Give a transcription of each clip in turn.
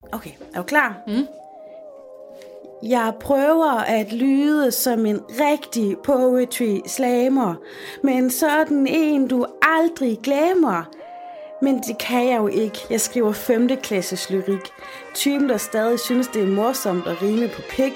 Okay, er du klar? Mm. Jeg prøver at lyde som en rigtig poetry slammer, men sådan en, du aldrig glemmer. Men det kan jeg jo ikke. Jeg skriver 5. klasses lyrik. Typen, der stadig synes, det er morsomt at rime på pik.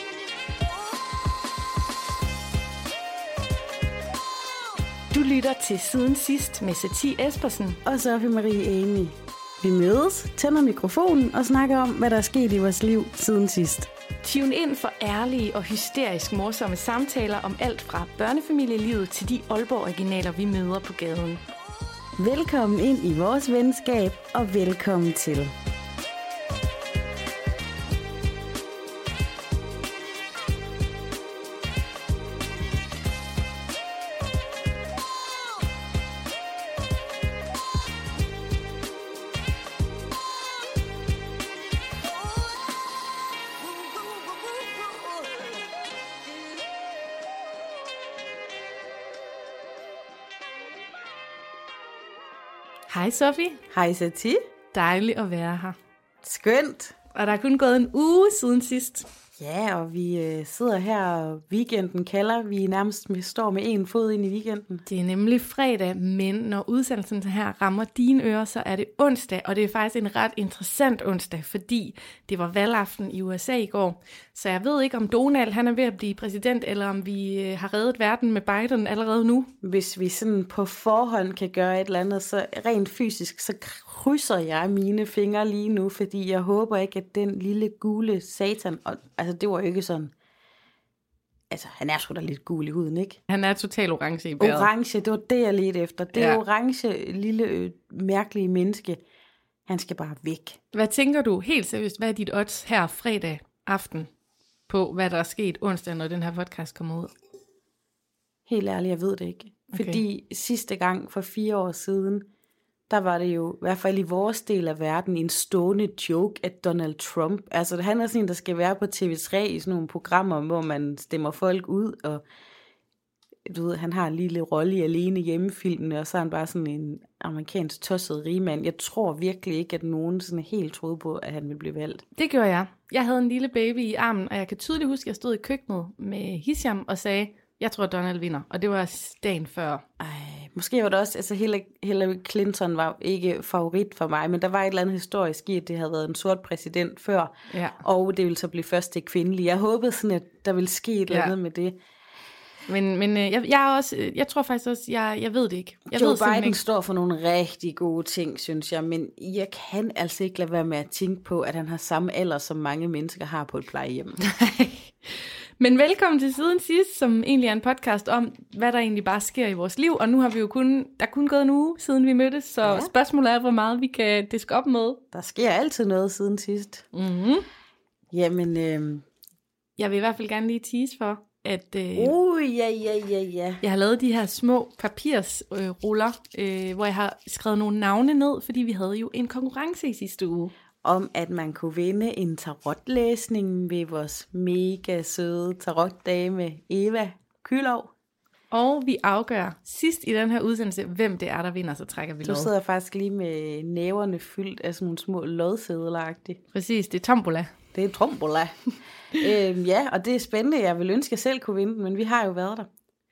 Du lytter til Siden Sidst med Satie Espersen. Og Sofie Marie Amy. Vi mødes, tænder mikrofonen og snakker om, hvad der er sket i vores liv siden sidst. Tune ind for ærlige og hysterisk morsomme samtaler om alt fra børnefamilielivet til de Aalborg-originaler, vi møder på gaden. Velkommen ind i vores venskab, og velkommen til. Hej Sofie. Hej Satie. Dejligt at være her. Skønt. Og der er kun gået en uge siden sidst. Ja, og vi sidder her, og weekenden kalder. Vi står med en fod ind i weekenden. Det er nemlig fredag, men når udsendelsen her rammer dine ører, så er det onsdag. Og det er faktisk en ret interessant onsdag, fordi det var valgaften i USA i går. Så jeg ved ikke, om Donald han er ved at blive præsident, eller om vi har reddet verden med Biden allerede nu. Hvis vi sådan på forhånd kan gøre et eller andet, så rent fysisk, så krydser jeg mine fingre lige nu, fordi jeg håber ikke, at den lille gule satan, altså det var jo ikke sådan, altså han er sgu da lidt gul i huden, ikke? Han er total orange i bæret. Orange, det var det, jeg ledte efter. Det er orange, lille, mærkelige menneske. Han skal bare væk. Hvad tænker du helt seriøst, hvad er dit odds her fredag aften på, hvad der er sket onsdag, når den her podcast kommer ud? Helt ærligt, jeg ved det ikke. Okay. Fordi sidste gang for 4 år siden, der var det jo, i hvert fald i vores del af verden, en stående joke at Donald Trump. Altså han er sådan en, der skal være på TV3 i sådan nogle programmer, hvor man stemmer folk ud, og du ved, han har en lille rolle i Alene Hjemmefilmene, og så er han bare sådan en amerikansk tosset rigmand. Jeg tror virkelig ikke, at nogen sådan helt troede på, at han ville blive valgt. Det gjorde jeg. Jeg havde en lille baby i armen, og jeg kan tydeligt huske, at jeg stod i køkkenet med Hisham og sagde, jeg tror, Donald vinder. Og det var dagen før. Måske var det også, altså Hillary Clinton var ikke favorit for mig, men der var et eller andet historisk i, at det havde været en sort præsident før, Ja. og det ville så blive første kvindelige. Jeg håbede sådan, at der ville ske et eller andet med det. Men jeg tror faktisk også, jeg ved det ikke. Joe Biden står for nogle rigtig gode ting, synes jeg, men jeg kan altså ikke lade være med at tænke på, at han har samme alder, som mange mennesker har på et plejehjem. Men velkommen til Siden Sidst, som egentlig er en podcast om, hvad der egentlig bare sker i vores liv. Og nu har vi jo der er kun gået en uge, siden vi mødtes, så spørgsmålet er, hvor meget vi kan diske op med. Der sker altid noget siden sidst. Mm-hmm. Jamen, jeg vil i hvert fald gerne lige tease for, at ja. jeg har lavet de her små papirsruller, hvor jeg har skrevet nogle navne ned, fordi vi havde jo en konkurrence i sidste uge. Om at man kunne vinde en tarotlæsning ved vores mega søde tarotdame Eva Kylov. Og vi afgør sidst i den her udsendelse, hvem det er, der vinder, så trækker vi lod. Du sidder faktisk lige med næverne fyldt af sådan nogle små lodsedler-agtigt. Præcis, det er tombola. Det er tombola. Ja, og det er spændende. Jeg vil ønske, at jeg selv kunne vinde den, men vi har jo været der.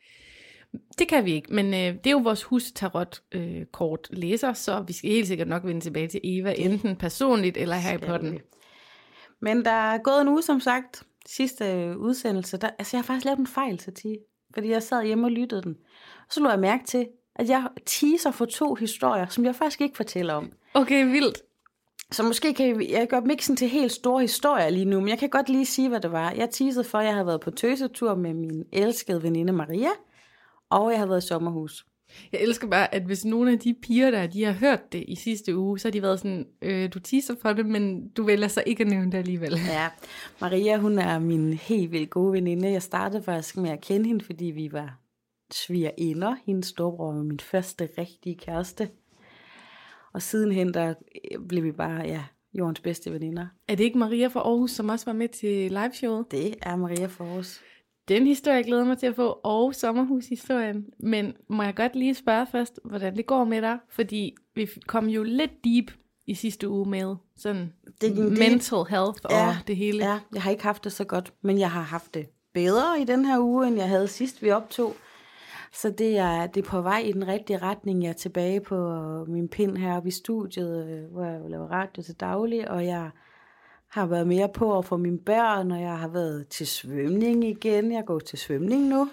Det kan vi ikke, men det er jo vores hustarot-kort læser, så vi skal helt sikkert nok vende tilbage til Eva, enten personligt eller her i podden. Men der er gået en uge, som sagt, sidste udsendelse. Jeg har faktisk lavet en fejl, Satie, fordi jeg sad hjemme og lyttede den. Og så lå jeg mærke til, at jeg teaser for 2 historier, som jeg faktisk ikke fortæller om. Okay, vildt. Så måske kan jeg gøre mixen til helt store historier lige nu, men jeg kan godt lige sige, hvad det var. Jeg teasede for, at jeg havde været på tøsetur med min elskede veninde Maria, og jeg havde været i sommerhus. Jeg elsker bare, at hvis nogle af de piger de har hørt det i sidste uge, så har de været sådan, du teaser for det, men du vælger så ikke at nævne det alligevel. Ja, Maria, hun er min helt vildt gode veninde. Jeg startede faktisk med at kende hende, fordi vi var svigerinder. Hendes storebror var min første rigtige kæreste. Og sidenhen, der blev vi bare, jordens bedste veninder. Er det ikke Maria fra Aarhus, som også var med til liveshowet? Det er Maria fra Aarhus. Den historie glæder mig til at få, og sommerhushistorien. Men må jeg godt lige spørge først, hvordan det går med dig? Fordi vi kom jo lidt deep i sidste uge med sådan det mental health og det hele? Ja, jeg har ikke haft det så godt, men jeg har haft det bedre i den her uge, end jeg havde sidst vi optog. Så det er på vej i den rigtige retning. Jeg er tilbage på min pind heroppe i studiet, hvor jeg laver radio til daglig, og jeg har været mere på over for mine børn, og jeg har været til svømning igen. Jeg går til svømning nu.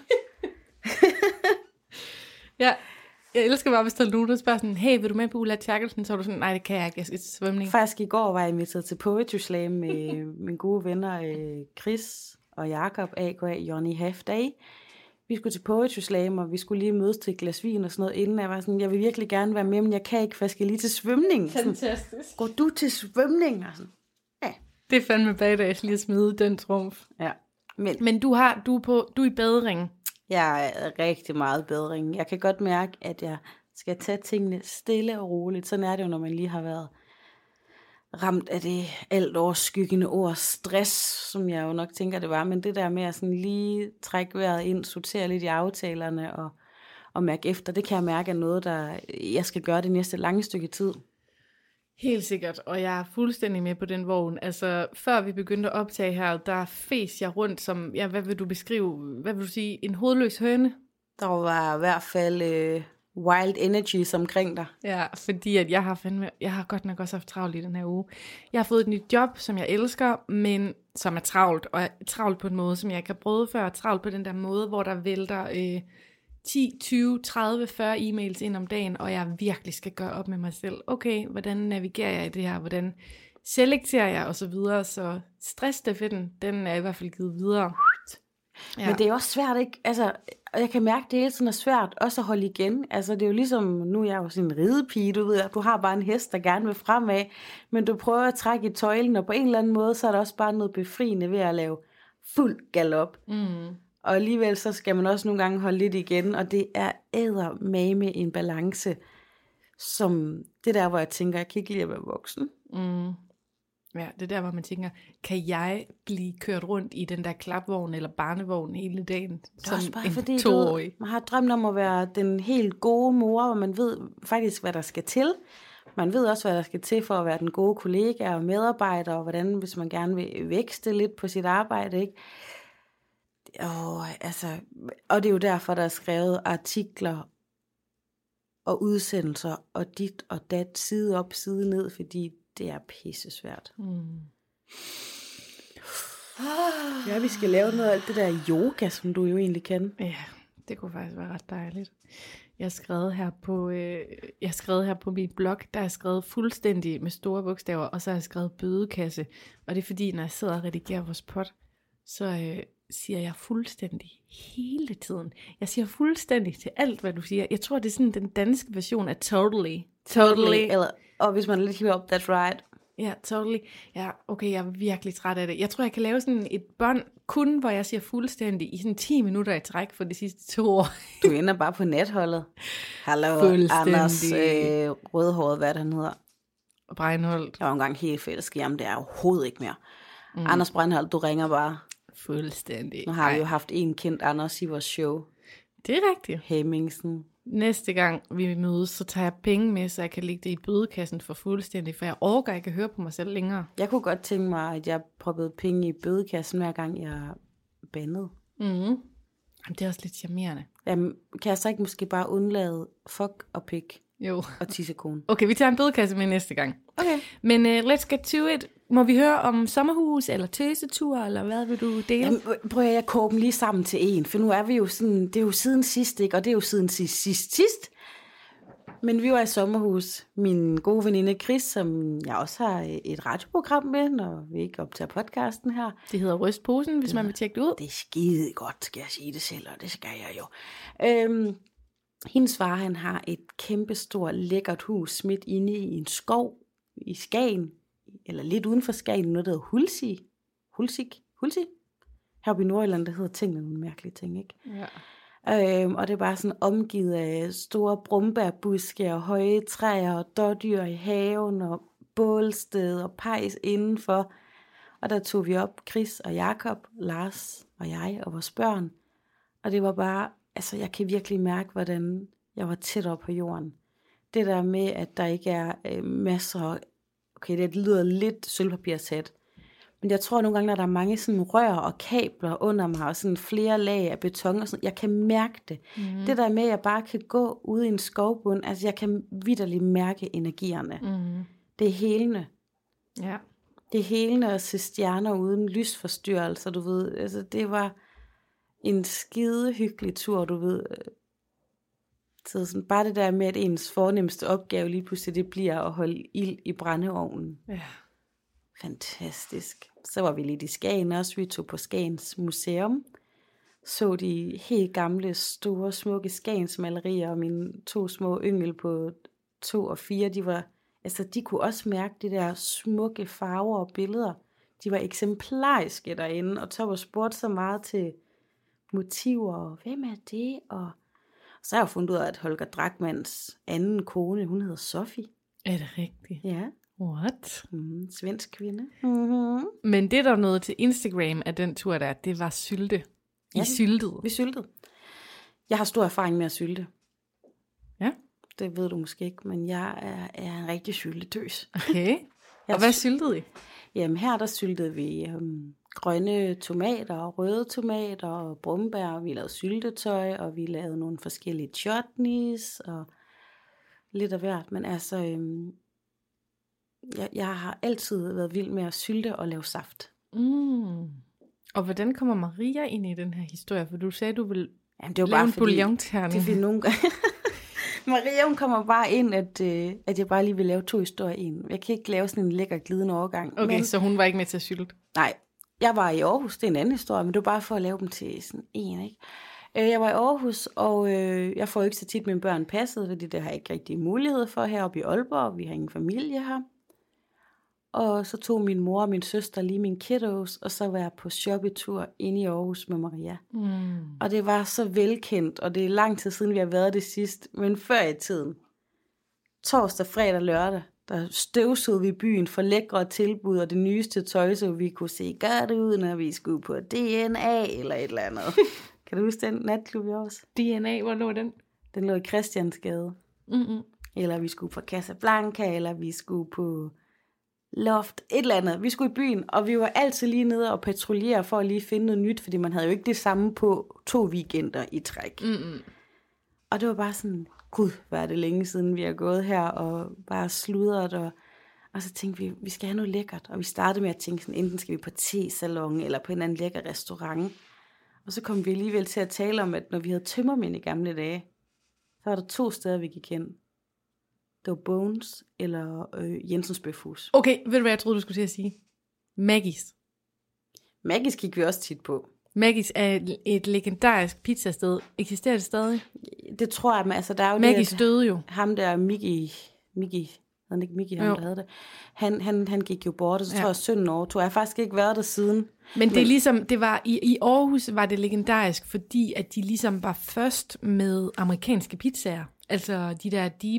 Ja, jeg elsker bare, hvis der er nogen, der spørger sådan, hey, vil du med på Ulla Terkelsen? Så er du sådan, nej, det kan jeg ikke, jeg skal til svømning. Faktisk i går var jeg inviteret til Poetry Slam med mine gode venner Chris og Jakob, A.K.A. Johnny Half Day. Vi skulle til Poetry Slam, og vi skulle lige mødes til et glas vin og sådan noget, inden jeg var sådan, jeg vil virkelig gerne være med, men jeg kan ikke, for jeg skal lige til svømning. Fantastisk. Sådan, går du til svømning? Og sådan, ja. Det er fandme bagdags lige at smide den trumf. Ja. Men du er i bedring. Jeg er rigtig meget bedring. Jeg kan godt mærke, at jeg skal tage tingene stille og roligt. Sådan er det jo, når man lige har været ramt af det alt overskyggende ord stress, som jeg jo nok tænker, det var. Men det der med at sådan lige trække vejret ind, sortere lidt i aftalerne og mærke efter, det kan jeg mærke er noget, der jeg skal gøre det næste lange stykke tid. Helt sikkert, og jeg er fuldstændig med på den vogn. Altså, før vi begyndte at optage her, der fes jeg rundt som, ja, hvad vil du sige, en hovedløs høne? Der var i hvert fald wild energies omkring dig. Ja, fordi at jeg har godt nok også haft travlt i den her uge. Jeg har fået et nyt job, som jeg elsker, men som er travlt, og er travlt på en måde, som jeg ikke har prøvet før. Travlt på den der måde, hvor der vælter 10, 20, 30, 40 e-mails ind om dagen, og jeg virkelig skal gøre op med mig selv. Okay, hvordan navigerer jeg i det her? Hvordan selekterer jeg? Og så videre. Så stressstafetten, den er i hvert fald givet videre. Ja. Men det er også svært, ikke? Altså, jeg kan mærke, det hele tiden er svært også at holde igen. Altså, det er jo ligesom, nu er jeg jo sådan en ridepige, du ved, at du har bare en hest, der gerne vil fremad, men du prøver at trække i tøjlen, og på en eller anden måde, så er der også bare noget befriende ved at lave fuld galop. Og alligevel så skal man også nogle gange holde lidt igen, og det er eddermame en balance, som det der, hvor jeg tænker, jeg kan ikke lide at være voksen. Ja, det er der, hvor man tænker, kan jeg blive kørt rundt i den der klapvogn eller barnevogn hele dagen, som bare, en fordi 2-årig? Man har drømt om at være den helt gode mor, hvor man ved faktisk, hvad der skal til. Man ved også, hvad der skal til for at være den gode kollega og medarbejder, og hvordan, hvis man gerne vil vækste lidt på sit arbejde, ikke? Og det er jo derfor, der er skrevet artikler og udsendelser og dit og dat, side op, side ned, fordi det er pissesvært. Ja, vi skal lave noget af alt det der yoga, som du jo egentlig kan. Ja, det kunne faktisk være ret dejligt. Jeg har skrevet her på min blog, der er skrevet fuldstændig med store bogstaver, og så har jeg skrevet bødekasse. Og det er fordi, når jeg sidder og redigerer vores pod, så siger jeg fuldstændig hele tiden. Jeg siger fuldstændig til alt, hvad du siger. Jeg tror, det er sådan den danske version af totally. Og hvis man er lidt op, that's right. Ja, totally. Ja, okay, jeg er virkelig træt af det. Jeg tror, jeg kan lave sådan et bånd, kun hvor jeg siger fuldstændig i sådan 10 minutter i træk for de sidste 2 år. Du ender bare på netholdet. Hallo, Anders rødhåret, hvad han hedder. Breinholt. Jeg var engang helt forelsket, jamen det er overhovedet ikke mere. Anders Breinholt, du ringer bare. Fuldstændig. Nu har vi jo haft en kendt Anders i vores show. Det er rigtigt. Hemmingsen. Næste gang vi mødes, så tager jeg penge med, så jeg kan lægge det i bødekassen for fuldstændig, for jeg orker ikke at høre på mig selv længere. Jeg kunne godt tænke mig, at jeg proppede penge i bødekassen, hver gang jeg bandede. Jamen, det er også lidt charmerende. Jamen, kan jeg så ikke måske bare undlade fuck og pik? Jo. Og tissekone. Okay, vi tager en bødekasse med næste gang. Okay. Men let's get to it. Må vi høre om sommerhus, eller tøsetur, eller hvad vil du dele? Jamen, prøv at jeg koge dem lige sammen til en, for nu er vi jo sådan, det er jo siden sidst, ikke? Og det er jo siden sidst. Men vi var i sommerhus. Min gode veninde Chris, som jeg også har et radioprogram med, når vi ikke optager podcasten her. Det hedder Rystposen, hvis man vil tjekke det ud. Det er skide godt, skal jeg sige det selv, og det skal jeg jo. Hendes far, han har et kæmpestort, lækkert hus midt inde i en skov i Skagen, eller lidt uden for Skagen, noget der hedder Hulsig. Heroppe i Nordjylland, der hedder tingene nogle mærkelige ting, ikke? Ja. Og det er bare sådan omgivet af store brumbærbuske og høje træer og dårdyr i haven og bålsted og pejs indenfor. Og der tog vi op, Chris og Jakob, Lars og jeg og vores børn. Og det var bare, altså jeg kan virkelig mærke, hvordan jeg var tæt op på jorden. Det der med, at der ikke er masser okay, det lyder lidt sølvpapirshat, men jeg tror nogle gange, når der er mange sådan rør og kabler under mig, og sådan flere lag af beton og sådan, jeg kan mærke det. Det der med, at jeg bare kan gå ude i en skovbund, altså jeg kan vitterligt mærke energierne. Det er helende. Ja. Det er helende at se stjerner uden lysforstyrrelser, du ved. Altså det var en skide hyggelig tur, du ved. Så sådan, bare det der med, at ens fornemmeste opgave lige pludselig, det bliver at holde ild i brændeovnen. Ja. Fantastisk. Så var vi lidt i Skagen også. Vi tog på Skagens Museum. Så de helt gamle, store, smukke Skagens malerier, og mine 2 små yngel på 2 og 4, de kunne også mærke de der smukke farver og billeder. De var eksemplariske derinde, og Top spurgte så meget til motiver, og hvem er det? Og så har jeg fundet ud af, at Holger Drachmanns anden kone, hun hedder Sofie. Er det rigtigt? Ja. What? Svensk kvinde. Men det der nåede til Instagram af den tur der, det var sylte. I syltede. Vi syltede. Jeg har stor erfaring med at sylte. Ja. Det ved du måske ikke, men jeg er en rigtig syltetøs. Okay. Og hvad syltede I? Jamen her der syltede vi grønne tomater, røde tomater og brumbær, og vi lavede syltetøj, og vi lavede nogle forskellige chutneys, og lidt af hvert. Men altså, jeg har altid været vild med at sylte og lave saft. Og hvordan kommer Maria ind i den her historie? For du sagde, du ville lave en bouillonterning. Det er nogle gange. Maria, hun kommer bare ind, at jeg bare lige vil lave 2 historier i en. Jeg kan ikke lave sådan en lækker glidende overgang. Okay, så hun var ikke med til at sylte? Nej, jeg var i Aarhus, det er en anden historie, men det var bare for at lave dem til sådan en, ikke? Jeg var i Aarhus, og jeg får ikke så tit mine børn passet, fordi det har jeg ikke rigtig mulighed for heroppe i Aalborg. Vi har ingen familie her. Og så tog min mor og min søster lige mine kiddos, og så var jeg på shoppetur inde i Aarhus med Maria. Og det var så velkendt, og det er lang tid siden, vi har været det sidst. Men før i tiden, torsdag, fredag, lørdag, der støvsugede vi byen for lækre tilbud og det nyeste tøj, så vi kunne se godt ud, når vi skulle på DNA eller et eller andet. Kan du huske den natklub i Aarhus? DNA, hvor lå den? Den lå i Christiansgade. Eller vi skulle på Casablanca, eller vi skulle på Loft, et eller andet. Vi skulle i byen, og vi var altid lige nede og patruljere for at lige finde noget nyt, fordi man havde jo ikke det samme på 2 weekender i træk. Og det var bare sådan, gud, hvad er det længe siden vi har gået her og bare sludret, og så tænkte vi skal have noget lækkert, og vi startede med at tænke sådan, enten skal vi på tesalon eller på en anden lækker restaurant. Og så kom vi alligevel til at tale om, at når vi havde tømmermænd i gamle dage, så var der 2 steder, vi gik hen. Det var Bones eller Jensens Bøfhus. Okay, ved du hvad jeg troede, du skulle til at sige? Maggis. Maggis gik vi også tit på. Maggis er et legendarisk pizzasted. Eksisterer det stadig? Det tror jeg, altså der er jo Maggis det, døde jo. Ham der, Mickey, han ikke Mickey, ham der havde det. Han gik jo bort, og så tror jeg, sønnen overtog. Jeg har faktisk ikke været der siden. Men det er ligesom, det var i Aarhus var det legendarisk, fordi at de ligesom var først med amerikanske pizzaer. Altså de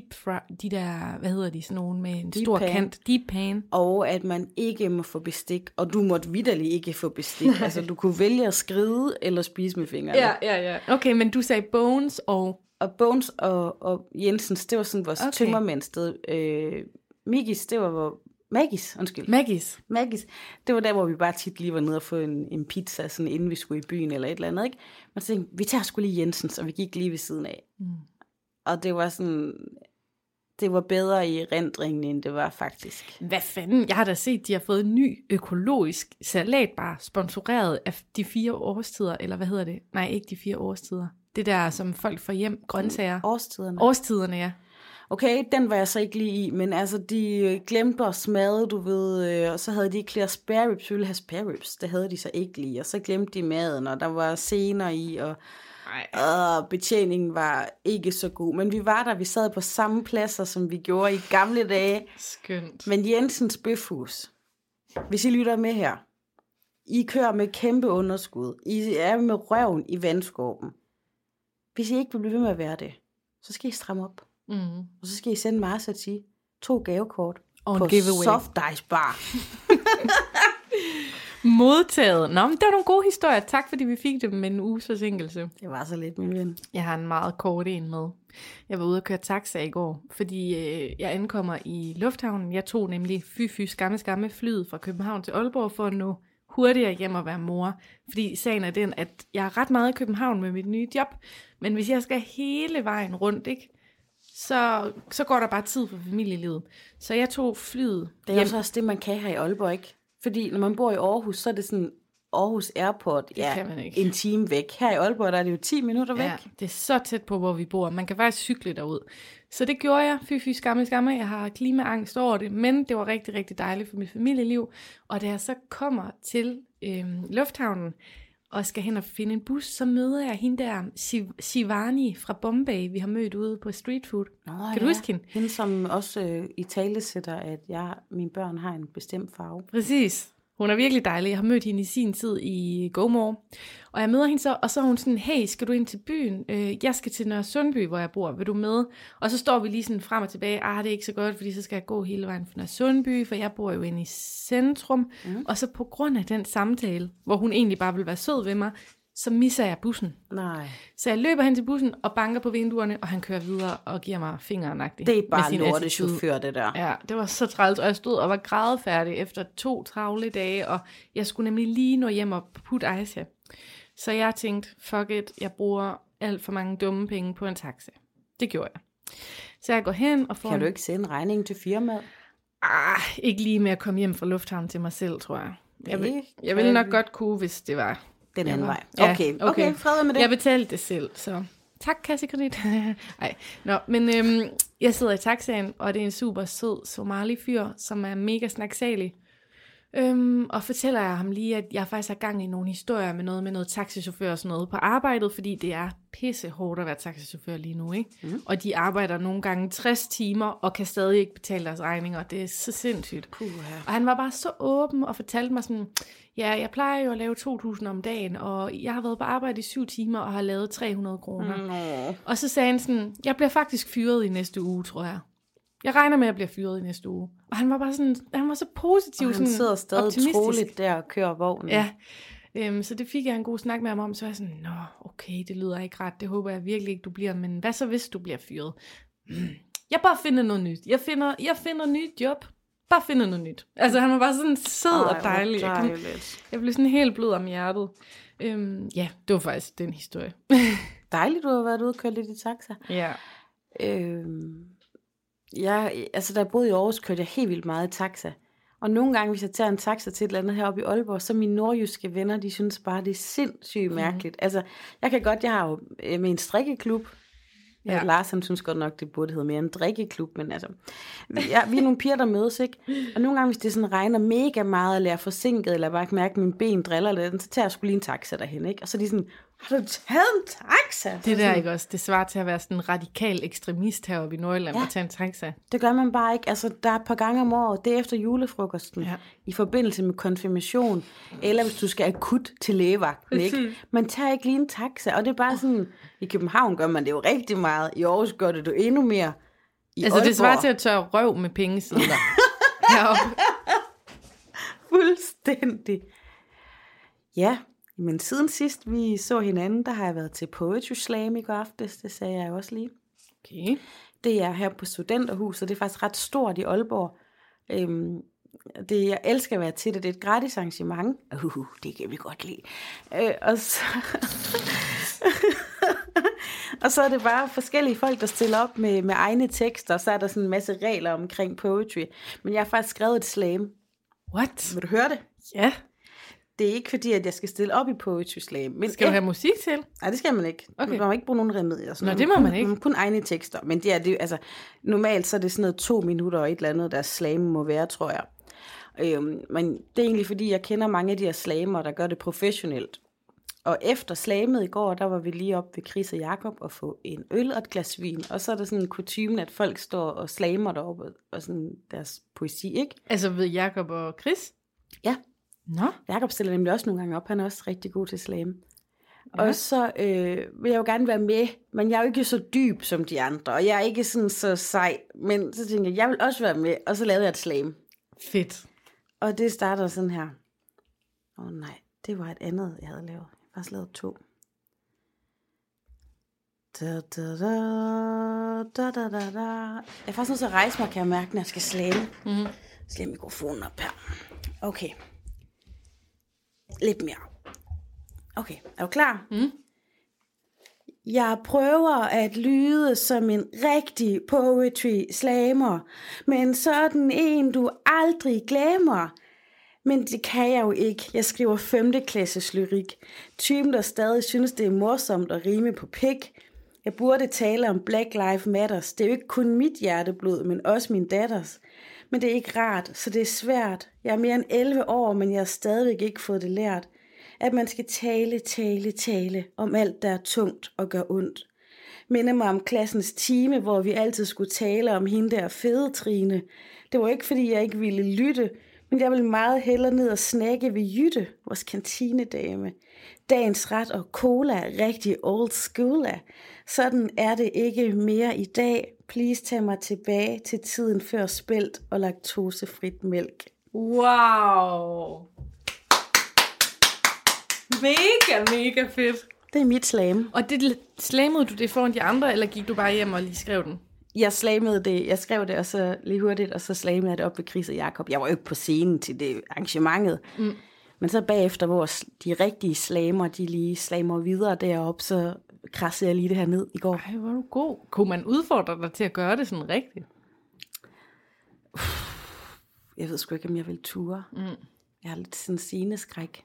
der hvad hedder de, sådan nogle med en stor kant, deep pan. Og at man ikke må få bestik, og du måtte vitterligt ikke få bestik. Altså du kunne vælge at skride eller spise med fingrene. Ja. Okay, men du sagde Bones og... Og Bones og Jensens, det var sådan vores tømmermændsted. Maggis, det var hvor... Maggis. Det var der, hvor vi bare tit lige var nede og få en pizza, sådan inden vi skulle i byen eller et eller andet, ikke? Men så tænkte vi tager sgu lige Jensens, og vi gik lige ved siden af. Og det var sådan... Det var bedre i rendringen, end det var faktisk. Hvad fanden? Jeg har da set, de har fået en ny økologisk salatbar, sponsoreret af de 4 årstider, eller hvad hedder det? Nej, ikke de 4 årstider. Det der, som folk får hjem, grøntsager. Årstiderne, ja. Okay, den var jeg så ikke lige i, men altså, de glemte at smade, du ved, og så havde de ikke flere spare ribs. Vi ville have spare ribs, det havde de så ikke lige, og så glemte de maden, og der var sener i, og betjeningen var ikke så god. Men vi var der, vi sad på samme pladser, som vi gjorde i gamle dage. Skønt. Men Jensens Bøfhus, hvis I lytter med her, I kører med kæmpe underskud, I er med røven i vandskorben. Hvis I ikke vil blive ved med at være det, så skal I stramme op. Og så skal I sende Mars at sige 2 gavekort og på giveaway. Soft Ice Bar. Modtaget. Nå, men det var nogle gode historier. Tak, fordi vi fik dem med en uges forsinkelse. Det var så lidt, min ven. Jeg har en meget kort en med. Jeg var ude og køre taxa i går, fordi jeg ankommer i lufthavnen. Jeg tog nemlig skamme flyet fra København til Aalborg for at nå hurtigere hjem og være mor. Fordi sagen er den, at jeg er ret meget i København med mit nye job. Men hvis jeg skal hele vejen rundt, ikke, så går der bare tid for familielivet. Så jeg tog flyet. Det er jo så også det, man kan her i Aalborg, ikke? Fordi når man bor i Aarhus, så er det sådan Aarhus Airport, en time væk. Her i Aalborg, der er det jo 10 minutter væk. Ja, det er så tæt på, hvor vi bor. Man kan faktisk cykle derud. Så det gjorde jeg. Skamme. Jeg har klimaangst over det, men det var rigtig, rigtig dejligt for mit familieliv. Og da jeg så kommer til lufthavnen, og skal hen og finde en bus, så møder jeg hende der, Shivani fra Bombay, vi har mødt ude på street food. Kan du huske hende? Hende, som også i tale sætter, at mine børn har en bestemt farve. Præcis. Hun er virkelig dejlig. Jeg har mødt hende i sin tid i GoMore. Og jeg møder hende så, og så er hun sådan, hey, skal du ind til byen? Jeg skal til Nørre Sundby, hvor jeg bor. Vil du med? Og så står vi lige sådan frem og tilbage. Det er ikke så godt, fordi så skal jeg gå hele vejen fra Nørre Sundby, for jeg bor jo inde i centrum. Og så på grund af den samtale, hvor hun egentlig bare vil være sød ved mig, så misser jeg bussen. Nej. Så jeg løber hen til bussen og banker på vinduerne, og han kører videre og giver mig fingerenagtigt. Det er bare en lortechauffør, det der. Ja, det var så træls, og jeg stod og var grædefærdig efter 2 travle dage, og jeg skulle nemlig lige nå hjem og putte Aisha. Så jeg tænkte, fuck it, jeg bruger alt for mange dumme penge på en taxa. Det gjorde jeg. Så jeg går hen og får... Kan du ikke sende regningen til firmaet? Ikke lige med at komme hjem fra lufthavnen til mig selv, tror jeg. Jeg ville nok godt kunne, hvis det var... Den anden vej. Okay, fred med det. Jeg betalte det selv, så tak, kassekredit. Nej, men jeg sidder i taxaen, og det er en super sød Somali-fyr, som er mega snaksalig. Og fortæller jeg ham lige, at jeg faktisk har gang i nogle historier med noget taxichauffør og sådan noget på arbejdet, fordi det er pisse hårdt at være taxichauffør lige nu, ikke? Og de arbejder nogle gange 60 timer og kan stadig ikke betale deres regninger. Det er så sindssygt. Og han var bare så åben og fortalte mig sådan, ja, jeg plejer jo at lave 2.000 om dagen, og jeg har været på arbejde i 7 timer og har lavet 300 kroner. Og så sagde han sådan, jeg bliver faktisk fyret i næste uge, tror jeg. Jeg regner med, at jeg bliver fyret i næste uge. Og han var bare sådan, han var så positiv, og han sidder stadig optimistisk. Troligt der og kører vognen. Ja, så det fik jeg en god snak med ham om, så var jeg sådan, okay, det lyder ikke ret, det håber jeg virkelig ikke, du bliver, men hvad så hvis du bliver fyret? Jeg bare finder noget nyt. Jeg finder nyt job. Bare finder noget nyt. Altså han var bare sådan sød og dejlig. Jeg blev sådan helt blød om hjertet. Ja, det var faktisk den historie. Dejligt, du har været ude og køre lidt i taxa. Ja. Da jeg boede i Aarhus, kørte jeg helt vildt meget i taxa. Og nogle gange, hvis jeg tager en taxa til et eller andet heroppe i Aalborg, så mine nordjyske venner, de synes bare, det er sindssygt mærkeligt. Altså, jeg har jo med en strikkeklub. Ja. Lars, han synes godt nok, det burde hedde mere en drikkeklub, men altså, vi er nogle piger, der mødes, ikke? Og nogle gange, hvis det sådan regner mega meget, eller jeg er forsinket, eller bare kan mærke, at mine ben driller, eller den, så tager jeg sgu lige en taxa derhen, ikke? Og så er de sådan, har du taget en taxa? Det der ikke også, det svarer til at være sådan en radikal ekstremist heroppe i Nordjylland, og tage en taxa. Det gør man bare ikke. Altså, der er et par gange om året, det er efter julefrokosten, i forbindelse med konfirmation, eller hvis du skal akut til lægevagten, ikke? Man tager ikke lige en taxa, og det er bare sådan, i København gør man det jo rigtig meget, i Aarhus gør det jo endnu mere. Altså, det svarer til at tørre røv med pengesedler heroppe. Fuldstændig. Ja, men siden sidst vi så hinanden, der har jeg været til Poetry Slam i går aftes, det sagde jeg også lige. Okay. Det er her på Studenterhuset, det er faktisk ret stort i Aalborg. Jeg elsker at være til det, det er et gratis arrangement. Det kan vi godt lide. Og så er det bare forskellige folk, der stiller op med egne tekster, og så er der sådan en masse regler omkring poetry. Men jeg har faktisk skrevet et slam. What? Vil du høre det? Ja. Det er ikke fordi, at jeg skal stille op i Poetry Slam. Men skal du have musik til? Nej, det skal man ikke. Okay. Man må ikke bruge nogen remedier. Nå, det må man ikke. Kun egne tekster. Men altså, normalt så er det sådan noget 2 minutter og et eller andet, der slam må være, tror jeg. Men det er egentlig fordi, jeg kender mange af de her slamer, der gør det professionelt. Og efter slammet i går, der var vi lige op ved Chris og Jakob og få en øl og et glas vin. Og så er der sådan en kutyme, at folk står og slamer deroppe og sådan deres poesi, ikke? Altså ved Jakob og Chris? Ja. Nå. Jakob stiller nemlig også nogle gange op. Han er også rigtig god til slam. Ja. Og så vil jeg jo gerne være med, men jeg er jo ikke så dyb som de andre. Og jeg er ikke sådan så sej. Men så tænker jeg vil også være med. Og så lavede jeg et slam. Fedt. Og det starter sådan her. Nej, det var et andet, jeg havde lavet. Jeg har faktisk lavet 2. Da, da, da, da, da, da, da. Jeg er faktisk nødt til at rejse mig, kan jeg mærke, når jeg skal slame. Slame mikrofonen op her. Okay. Lidt mere. Okay, er du klar? Jeg prøver at lyde som en rigtig poetry slammer, men sådan en, du aldrig glemmer. Men det kan jeg jo ikke. Jeg skriver 5. klasses lyrik. Typen, der stadig synes, det er morsomt at rime på pik. Jeg burde tale om Black Lives Matters. Det er jo ikke kun mit hjerteblod, men også min datters. Men det er ikke rart, så det er svært. Jeg er mere end 11 år, men jeg har stadigvæk ikke fået det lært. At man skal tale om alt, der er tungt og gør ondt. Minder mig om klassens time, hvor vi altid skulle tale om hende der fede Trine. Det var ikke, fordi jeg ikke ville lytte, men jeg ville meget hellere ned og snakke ved Jytte, vores kantinedame. Dagens ret og cola, rigtig old school. Sådan er det ikke mere i dag. Please tag mig tilbage til tiden før spelt og laktosefrit mælk. Wow! Mega fedt. Det er mit slam. Og det slamede du det foran de andre, eller gik du bare hjem og lige skrev den? Jeg slamede det. Jeg skrev det, og så lige hurtigt, og så slamede jeg det op ved Chris og Jakob. Jeg var jo ikke på scenen til det arrangementet. Men så bagefter, hvor de rigtige slammer, de lige slammer videre deroppe, så krassede jeg lige det her ned i går. Ej, hvor er du god. Kunne man udfordre dig til at gøre det sådan rigtigt? Jeg ved sgu ikke, om jeg vil ture. Jeg har lidt sådan sceneskræk.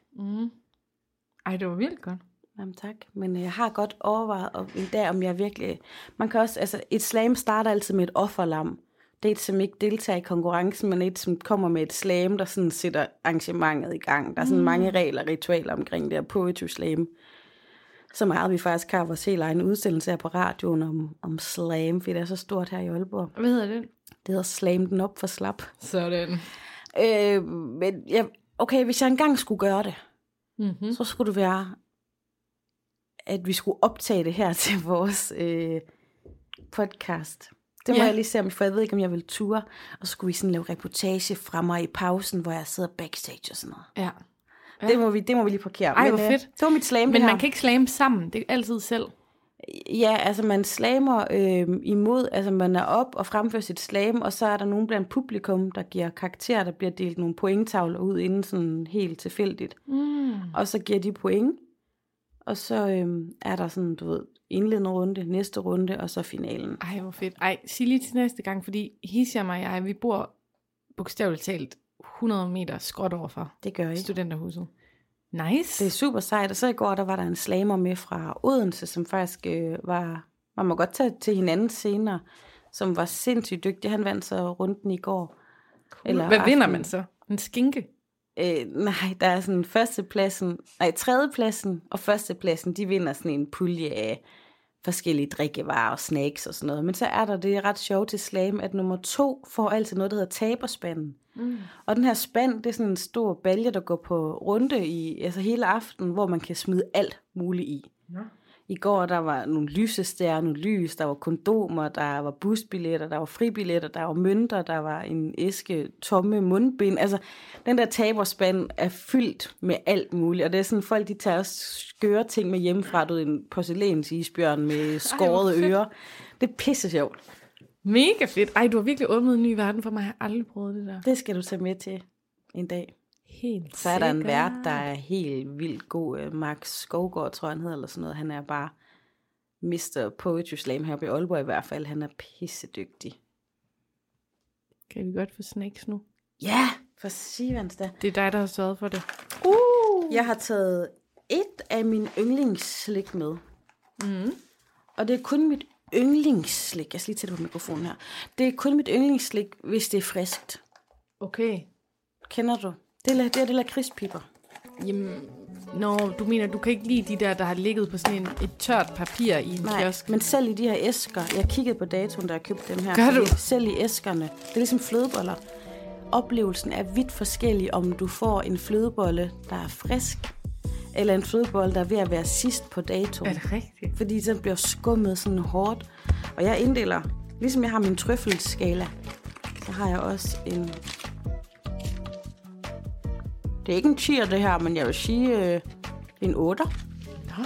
Ej, det var vildt godt. Jamen tak, men jeg har godt overvejet en dag, om jeg virkelig... Man kan også, altså et slam starter altid med et offerlam. Det er et, som ikke deltager i konkurrencen, men et, som kommer med et slam, der sådan sætter arrangementet i gang. Der er sådan mange regler og ritualer omkring det her poetry slam. Så meget vi faktisk har vores helt egen udsendelse her på radioen om slam, fordi det er så stort her i Aalborg. Hvad hedder det? Det hedder Slam den op for slap. Sådan. Men okay, hvis jeg engang skulle gøre det, så skulle det være, at vi skulle optage det her til vores podcast. Det må jeg lige se, for jeg ved ikke, om jeg vil ture. Og så skulle vi sådan lave reportage fra mig i pausen, hvor jeg sidder backstage og sådan noget. Ja. Det må vi lige parkere. Ej, hvor fedt. Det var mit slam. Men man kan ikke slame sammen, det er altid selv. Ja, altså man slammer imod, altså man er op og fremfører sit slam, og så er der nogen blandt publikum, der giver karakterer, der bliver delt nogle pointtavler ud inden sådan helt tilfældigt. Og så giver de point, og så er der sådan, du ved, indledende runde, næste runde, og så finalen. Ej, hvor fedt. Ej, sig lige til næste gang, fordi Hisham og jeg, vi bor bogstaveligt talt 100 meter skråt overfor. Det gør I. Studenterhuset. Nice. Det er super sejt, og så i går, der var der en slammer med fra Odense, som faktisk var, man må godt tage til hinanden senere, som var sindssygt dygtig. Han vandt så runden i går. Eller hvad vinder man så? En skinke? Nej, der er sådan tredjepladsen og førstepladsen, de vinder sådan en pulje af forskellige drikkevarer og snacks og sådan noget. Men så er der det ret sjovt til slam, at nummer 2 får altid noget, der hedder taberspanden. Og den her spand, det er sådan en stor balje, der går på runde i altså hele aftenen, hvor man kan smide alt muligt i. Ja. I går, der var nogle lysestager, nogle lys, der var kondomer, der var busbilletter, der var fribilletter, der var mønter, der var en æske tomme mundbind. Altså, den der taberspand er fyldt med alt muligt, og det er sådan, folk de tager også skøre ting med hjemmefra, du en porcelænsisbjørn med skårede ører. Det er pisse sjovt. Mega fedt. Ej, du har virkelig åbnet en ny verden for mig. Jeg har aldrig prøvet det der. Det skal du tage med til en dag. Helt så er der en vært, der er helt vildt god. Max Skovgaard, tror jeg, han hedder, eller sådan noget. Han er bare Mr. Poetry Slam her på Aalborg i hvert fald. Han er pissedygtig. Kan vi godt få snacks nu? Ja, for Sivans da. Det er dig, der har sørget for det. Jeg har taget et af mine yndlingsslik med. Og det er kun mit yndlingsslik. Jeg skal lige tage det på mikrofonen her. Det er kun mit yndlingsslik, hvis det er friskt. Okay. Kender du? Det er lakridspiber. Jamen, du mener, du kan ikke lide de der har ligget på sådan et tørt papir i en kiosk? Men selv i de her æsker, jeg kiggede på datoen, da jeg købte dem her. Gør du? Selv i æskerne, det er ligesom flødeboller. Oplevelsen er vidt forskellig, om du får en flødebolle, der er frisk, eller en flødebolle, der er ved at være sidst på datoen. Er det rigtigt? Fordi den bliver skummet sådan hårdt. Og jeg inddeler, ligesom jeg har min trøffelskala, så har jeg også en Det er ikke en 10'er det her, men jeg vil sige en 8'er. Nå.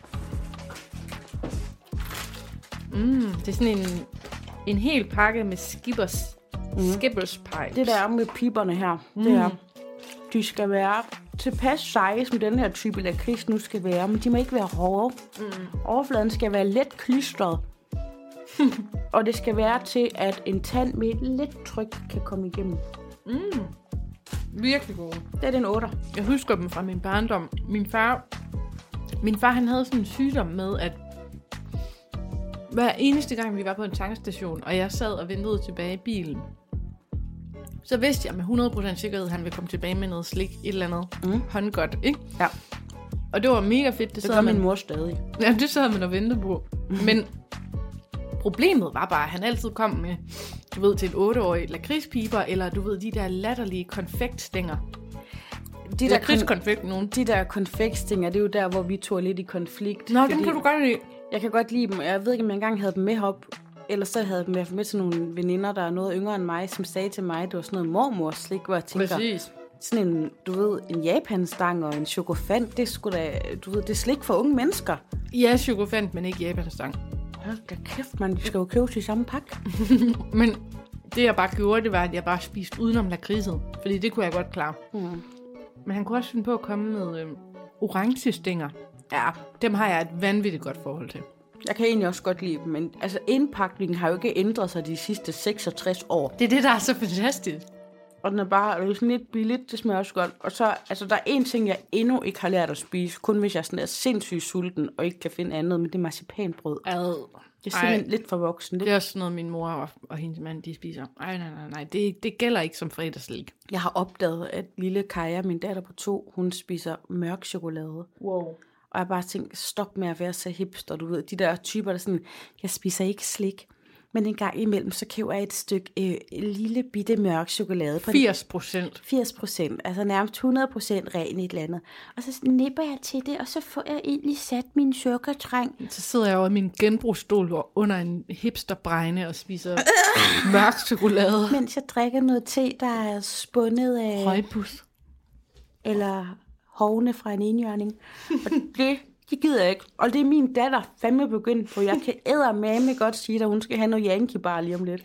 Det er sådan en hel pakke med Skippers pipes. Det der er med piberne her, det er, de skal være tilpas seje, som den her type lakrids nu skal være, men de må ikke være hårde. Overfladen skal være let klistret. Og det skal være til, at en tand med et lidt tryk kan komme igennem. Virkelig gode. Det er den 8'er. Jeg husker dem fra min barndom. Min far han havde sådan en sygdom med, at hver eneste gang, vi var på en tankstation, og jeg sad og ventede tilbage i bilen, så vidste jeg med 100% sikkerhed, at han ville komme tilbage med noget slik, et eller andet håndgodt, ikke? Ja. Og det var mega fedt. Det gør min mor stadig. Ja, det sad man og ventede på. Men problemet var bare, at han altid kom med, du ved, til en 8-årig lakridspiber, eller du ved, de der latterlige konfektstænger. De der konfektstænger, det er jo der, hvor vi tog lidt i konflikt. Nå, dem kan du godt lide. Jeg kan godt lide dem. Jeg ved ikke, om jeg engang havde dem med op, eller så havde jeg dem med til nogle veninder, der er noget yngre end mig, som sagde til mig, det var sådan noget mormors slik, hvor jeg tænker, præcis. Sådan en, du ved, en japanstang og en chokofant, det skulle da, du ved, det er slik for unge mennesker. Ja, chokofant, men ikke japanstang. Hold da kæft, man, de skal jo købes i samme pakke. Men det jeg bare gjorde, det var, at jeg bare spiste udenom lakridset, fordi det kunne jeg godt klare. Men han kunne også finde på at komme med orange stænger. Ja, dem har jeg et vanvittigt godt forhold til. Jeg kan egentlig også godt lide dem, men altså indpakningen har jo ikke ændret sig de sidste 66 år. Det er det, der er så fantastisk. Og den er bare sådan lidt billigt, det smager også godt. Og så, altså der er en ting, jeg endnu ikke har lært at spise, kun hvis jeg sådan er sindssygt sulten og ikke kan finde andet, men det er marcipanbrød. Det er simpelthen lidt for voksen. Det er også noget, min mor og hendes mand, de spiser. Nej. Det gælder ikke som fredagsslik. Jeg har opdaget, at lille Kaja, min datter på 2, hun spiser mørk chokolade. Wow. Og jeg bare tænkte, stop med at være så hipster, du ved. De der typer, der sådan, jeg spiser ikke slik. Men en gang imellem, så køber jeg et stykke lille bitte mørk chokolade. På 80%. 80%, altså nærmest 100% ren et eller andet. Og så nipper jeg til det, og så får jeg egentlig sat min sukkertræng. Så sidder jeg over i min genbrugsstol under en hipsterbregne og spiser mørk chokolade. Mens jeg drikker noget te, der er spundet af... Højbus. Eller hovne fra en enhjørning. Og det gider jeg ikke. Og det er min datter fandme begyndt, for jeg kan eddermame godt sige, at hun skal have noget Yankee bar lige om lidt.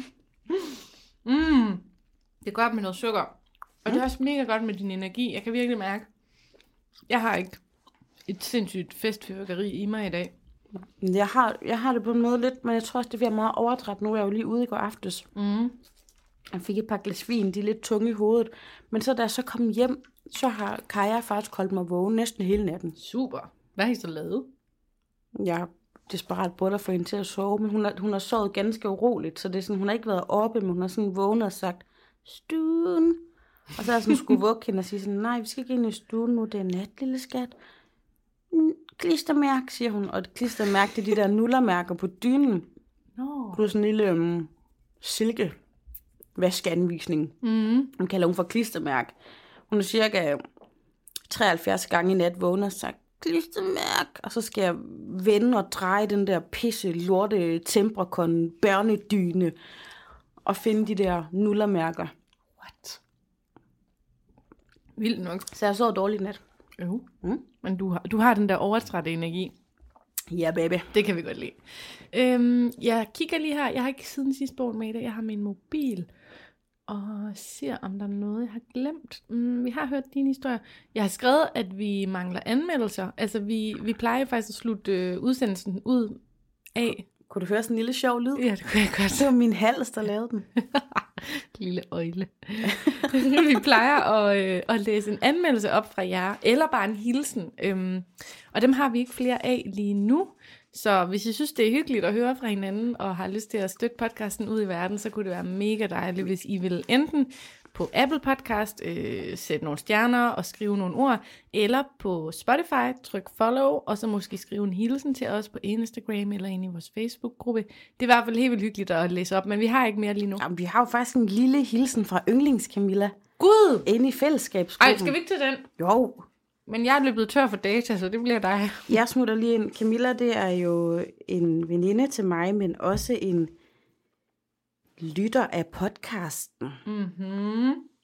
Det er godt med noget sukker. Og det er også mega godt med din energi. Jeg kan virkelig mærke, jeg har ikke et sindssygt festfyrværkeri i mig i dag. Jeg har det på en måde lidt, men jeg tror også, det bliver meget overdrevet nu. Jeg er jo lige ude i går aftes. Jeg fik et par glas vin, de er lidt tunge i hovedet. Men så da jeg så kom hjem, så har Kaja faktisk holdt mig vågen næsten hele natten. Super. Hvad har I så lavet? Jeg er desperat både at få hende til at sove, men hun har sovet ganske uroligt, så det er sådan, hun har ikke været oppe, men hun har sådan vågnet og sagt, stuen. Og så har jeg sådan skulle vugge hende og sige sådan, nej, vi skal ikke ind i stuen nu, det er nat, lille skat. Klistermærk, siger hun, og et klistermærk, det er de der nullermærker på dynen. Plus en lille silke vaskeanvisning. Hun kalder hun for klistermærk. Hun er cirka 73 gange i nat vågner og sagt, klistermærk, og så skal jeg vende og dreje den der pisse lorte Temprakon børnedyne og finde de der nullermærker. What? Vildt nok. Så jeg sov dårligt i nat. Men du har den der overtrætte energi. Ja, baby. Det kan vi godt lide. Jeg kigger lige her. Jeg har ikke siden sidste bogen med i dag. Jeg har min mobil og ser, om der er noget, jeg har glemt. Vi har hørt dine historier. Jeg har skrevet, at vi mangler anmeldelser. Altså, vi plejer faktisk at slutte udsendelsen ud af. Kunne du høre sådan en lille sjov lyd? Ja, det kunne jeg godt. Det var min hals, der lavede den. Lille øjle. Vi plejer at læse en anmeldelse op fra jer, eller bare en hilsen. Og dem har vi ikke flere af lige nu. Så hvis I synes, det er hyggeligt at høre fra hinanden, og har lyst til at støtte podcasten ud i verden, så kunne det være mega dejligt, hvis I vil enten på Apple Podcast sætte nogle stjerner og skrive nogle ord, eller på Spotify tryk follow, og så måske skrive en hilsen til os på Instagram eller ind i vores Facebook-gruppe. Det er i hvert fald helt vildt hyggeligt at læse op, men vi har ikke mere lige nu. Jamen, vi har jo faktisk en lille hilsen fra Yndlings Camilla. Gud! Inde i fællesskabsgruppen. Ej, skal vi ikke til den? Jo. Men jeg er løbet tør for data, så det bliver dig. Jeg smutter lige ind. Camilla, det er jo en veninde til mig, men også en lytter af podcasten.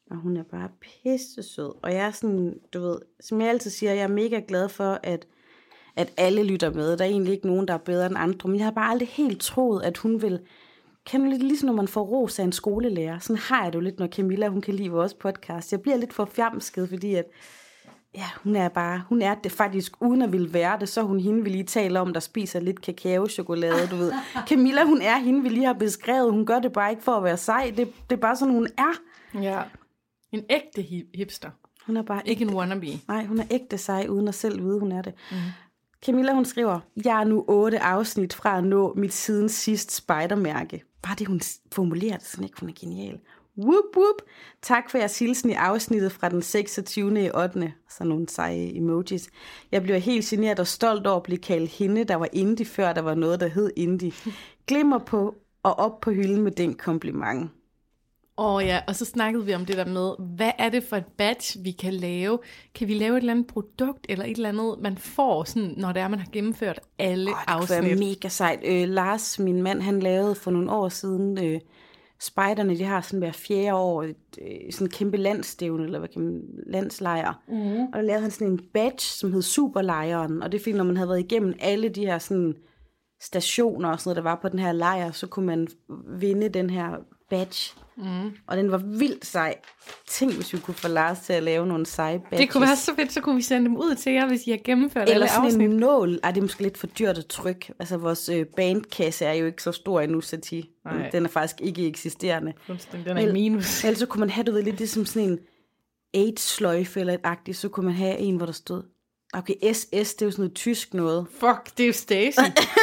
Og hun er bare pisse sød. Og jeg er sådan, du ved, som jeg altid siger, jeg er mega glad for, at alle lytter med. Der er egentlig ikke nogen, der er bedre end andre. Men jeg har bare aldrig helt troet, at hun vil... Kender lidt ligesom, når man får ros af en skolelærer. Sådan har jeg det jo lidt, når Camilla, hun kan lide vores podcast. Jeg bliver lidt for fjamsket, fordi at... Ja, hun er det faktisk, uden at ville være det, så hun hende, vi lige taler om, der spiser lidt kakaochokolade, du ved. Camilla, hun er hende, vi lige har beskrevet. Hun gør det bare ikke for at være sej. Det er bare sådan, hun er. Ja, en ægte hipster. Hun er bare ikke en wannabe. Nej, hun er ægte sej, uden at selv vide, hun er det. Camilla, hun skriver, jeg er nu 8 afsnit fra at nå mit siden sidst spejdermærke. Bare det, hun formulerer det sådan, ikke? Hun er genial. Whoop, whoop. Tak for jeres hilsen i afsnittet fra den 26. i 8. Så nogle seje emojis. Jeg bliver helt generet og stolt over at blive kaldt hende, der var indie, før der var noget, der hed indie. Glimmer på og op på hylden med den kompliment. Ja, og så snakkede vi om det der med, hvad er det for et badge, vi kan lave? Kan vi lave et eller andet produkt, eller et eller andet, man får, sådan, når det er, man har gennemført alle afsnit? Det kunne være mega sejt. Lars, min mand, han lavede for nogle år siden... Spejderne, de har sådan hver 4. år sådan en kæmpe landstævne, eller hvad kan man, landslejr. Og der lavede han sådan en badge, som hed Superlejren, og det fik, når man havde været igennem alle de her sådan stationer og sådan noget, der var på den her lejr, så kunne man vinde den her badge. Og den var vildt sej. Tænk, hvis vi kunne få Lars til at lave nogle seje badges. Det kunne være så fedt, så kunne vi sende dem ud til jer, hvis I har gennemført alle afsnit. Eller sådan en nål. Ej, det er måske lidt for dyrt at trykke. Altså, vores bandkasse er jo ikke så stor endnu, Sati. Den er faktisk ikke eksisterende. Den er minus. Ellers så kunne man have, du ved, lidt det som sådan en AIDS-sløjfe eller et agtigt, så kunne man have en, hvor der stod, okay, SS, det er jo sådan noget tysk noget. Fuck, det er jo Stasi.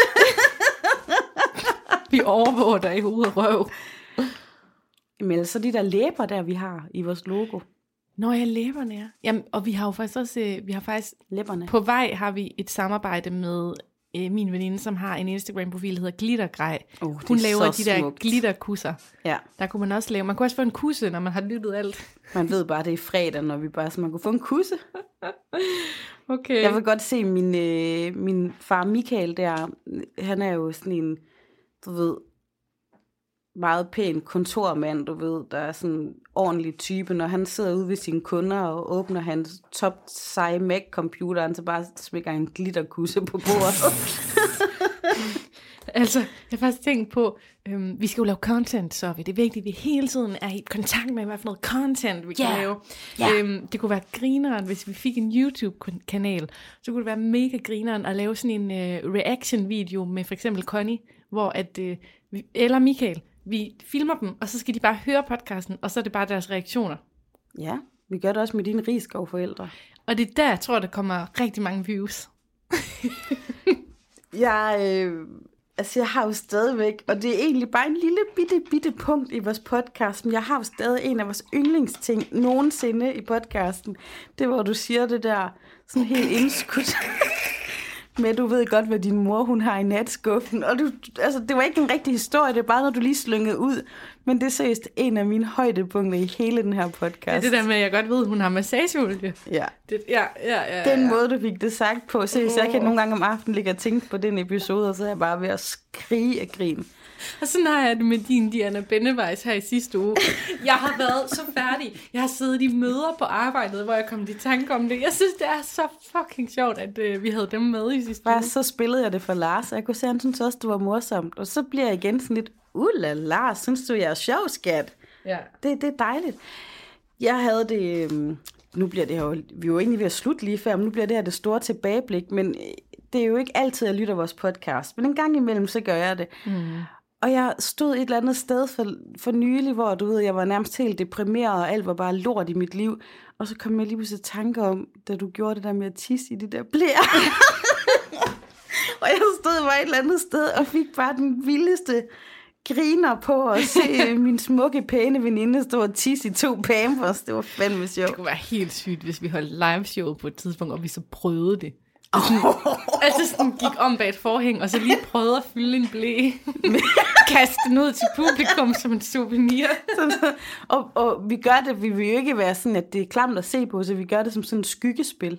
Vi overvåger dig i hovedet og røv. Men så de der læber der, vi har i vores logo. Nå ja, læberne, ja. Jamen, og vi har jo faktisk også, læberne. På vej har vi et samarbejde med min veninde, som har en Instagram-profil, der hedder Glittergrej. Hun laver de der glitterkusser. Ja. Der kunne man også lave. Man kunne også få en kusse, når man har lyttet alt. Man ved bare, det er fredag, når vi bare, så man kunne få en kusse. Okay. Jeg vil godt se min far Michael der. Han er jo sådan en, du ved, meget pæn kontormand, du ved, der er sådan en ordentlig type, når han sidder ude ved sine kunder og åbner hans top seje Mac-computeren, så bare smækker en glitterkusse på bordet. Altså, jeg har faktisk tænkt på, vi skal jo lave content, så det er vigtigt, at vi hele tiden er i kontakt med, hvad for noget content vi kan lave. Det kunne være grineren, hvis vi fik en YouTube-kanal, så kunne det være mega grineren at lave sådan en reaction-video med for eksempel Connie, hvor eller Michael, vi filmer dem, og så skal de bare høre podcasten, og så er det bare deres reaktioner. Ja, vi gør det også med dine Risskov-forældre. Og det er der, jeg tror, der kommer rigtig mange views. Jeg har jo stadigvæk, og det er egentlig bare en lille bitte punkt i vores podcast, men jeg har jo stadig en af vores yndlingsting nogensinde i podcasten. Det hvor du siger det der sådan helt indskudt. Men du ved godt, hvad din mor hun har i natskuffen. Og det var ikke en rigtig historie, det er bare noget, du lige slyngede ud. Men det er seriøst en af mine højdepunkter i hele den her podcast. Det der med, at jeg godt ved, hun har massageolie. Ja. Den måde, du fik det sagt på. Seriøst, jeg kan nogle gange om aftenen ligge og tænke på den episode, og så er jeg bare ved at skrige af grin. Og sådan har jeg det med din Diana Bennevejs her i sidste uge. Jeg har været så færdig. Jeg har siddet i møder på arbejdet, hvor jeg kom i tanke om det. Jeg synes, det er så fucking sjovt, at vi havde dem med i sidste uge. Så spillede jeg det for Lars, og jeg kunne se, at han synes også, det var morsomt. Og så bliver jeg igen sådan lidt, Lars, synes du, jeg er sjov, skat? Ja. Det er dejligt. Jeg havde det... Nu bliver det her jo... Vi er jo egentlig ved at slutte lige før, men nu bliver det her det store tilbageblik. Men det er jo ikke altid, jeg lytter vores podcast. Men en gang imellem, så gør jeg det. Og jeg stod et eller andet sted for nylig, hvor du ved, jeg var nærmest helt deprimeret, og alt var bare lort i mit liv. Og så kom jeg lige pludselig tanke om, da du gjorde det der med at tisse i de der blæer. Og jeg stod bare et eller andet sted og fik bare den vildeste griner på at se min smukke, pæne veninde stå og tisse i 2 Pampers. Det var fandme sjovt. Det kunne være helt sygt, hvis vi holdt liveshow på et tidspunkt, og vi så prøvede det. Altså sådan gik om bag et forhæng, og så lige prøvede at fylde en blæ. Kaste den ud til publikum som en souvenir. Og vi gør det, vi vil jo ikke være sådan, at det er klamt at se på, så vi gør det som sådan et skyggespil.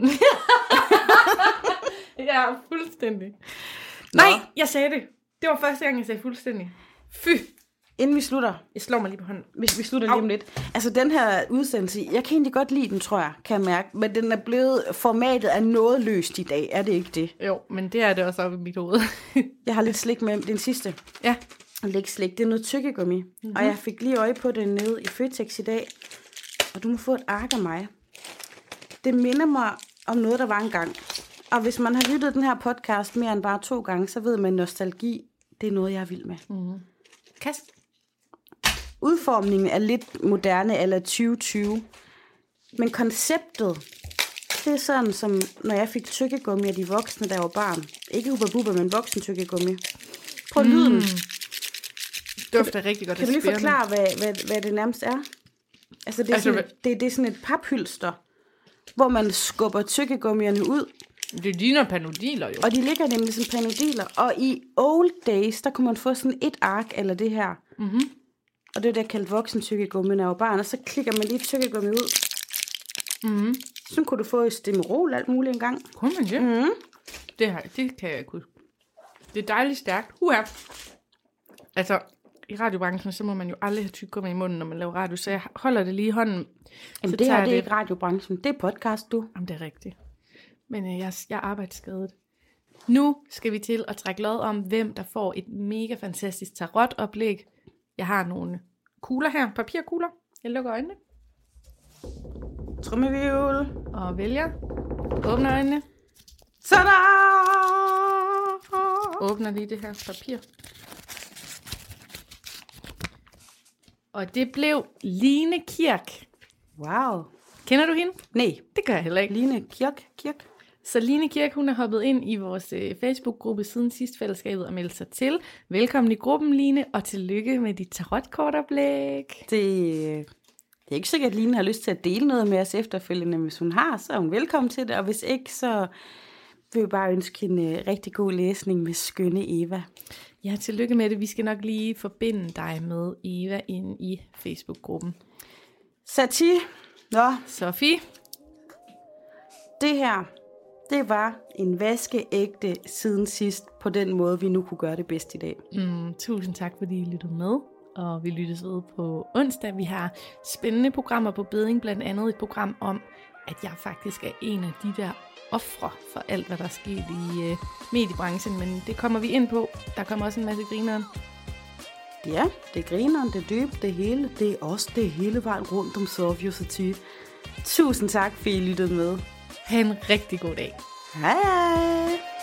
Ja, fuldstændig. Nej, jeg sagde det. Det var første gang, jeg sagde fuldstændig. Fy. Inden vi slutter. Jeg slår mig lige på hånden. Vi slutter lige om lidt. Altså den her udsendelse, jeg kan egentlig godt lide den, tror jeg, kan jeg mærke. Men den er blevet, formatet er noget løst i dag, er det ikke det? Jo, men det er det også oppe i mit hoved. Jeg har lidt slik med den sidste. Ja. Lidt slik, det er noget tyggegummi. Mm-hmm. Og jeg fik lige øje på det nede i Føtex i dag. Og du må få et ark af mig. Det minder mig om noget, der var engang. Og hvis man har lyttet den her podcast mere end bare 2 gange, så ved man, at nostalgi, det er noget, jeg er vild med. Mm-hmm. Kast. Udformningen er lidt moderne eller 2020. Men konceptet, det er sådan som, når jeg fik tyggegummi af de voksne, der var barn. Ikke Hubba Bubba, men voksen tyggegummi. Prøv lyden. Dufter rigtig godt. Kan du lige forklare, hvad det nærmest er? Altså, det er, sådan, det er sådan et paphylster, hvor man skubber tyggegummierne ud. Det ligner panodiler jo. Og de ligger nemlig som panodiler. Og i old days, der kunne man få sådan et ark eller det her. Mm-hmm. Og det er det, jeg kaldte voksen tyggegummi, når jeg var barn. Og så klikker man lige tyggegummi ud. Mm-hmm. Så kunne du få Stimorol alt muligt engang. Kunne man det? Mm-hmm. Det kan jeg ikke huske. Det er dejligt stærkt. Altså, i radiobranchen, så må man jo aldrig have tyggegummi i munden, når man laver radio. Så jeg holder det lige i hånden. Jamen, det her, det er ikke radiobranchen. Det er podcast, du. Jamen, det er rigtigt. Men jeg er arbejdsskadet. Nu skal vi til at trække lod om, hvem der får et mega fantastisk tarotoplæg. Jeg har nogle kugler her, papirkugler. Jeg lukker øjnene. Trummevirvel. Og vælger. Åbner øjnene. Sådan! Åbner lige det her papir. Og det blev Line Kirk. Wow. Kender du hende? Nej. Det gør jeg heller ikke. Line Kirk. Så Line Kirk, hun er hoppet ind i vores Facebook-gruppe siden sidst fællesskabet og meldt sig til. Velkommen i gruppen, Line, og tillykke med dit tarotkortoplæg. Det er ikke sikkert, at Line har lyst til at dele noget med os efterfølgende. Hvis hun har, så er hun velkommen til det. Og hvis ikke, så vil jeg bare ønske en rigtig god læsning med skønne Eva. Ja, tillykke med det. Vi skal nok lige forbinde dig med Eva inde i Facebook-gruppen. Sati. Nå. Sofie. Det her, det var en vaskeægte siden sidst på den måde, vi nu kunne gøre det bedst i dag. Tusind tak, fordi I lyttede med. Og vi lyttes ved på onsdag. Vi har spændende programmer på Beding, blandt andet et program om, at jeg faktisk er en af de der ofre for alt, hvad der er sket i mediebranchen. Men det kommer vi ind på. Der kommer også en masse grineren. Ja, det er grineren, det er dybt, det hele. Det er også det hele vejen rundt om Sofie og Sati. Tusind tak, fordi I lyttede med. Ha' en rigtig god dag. Hej!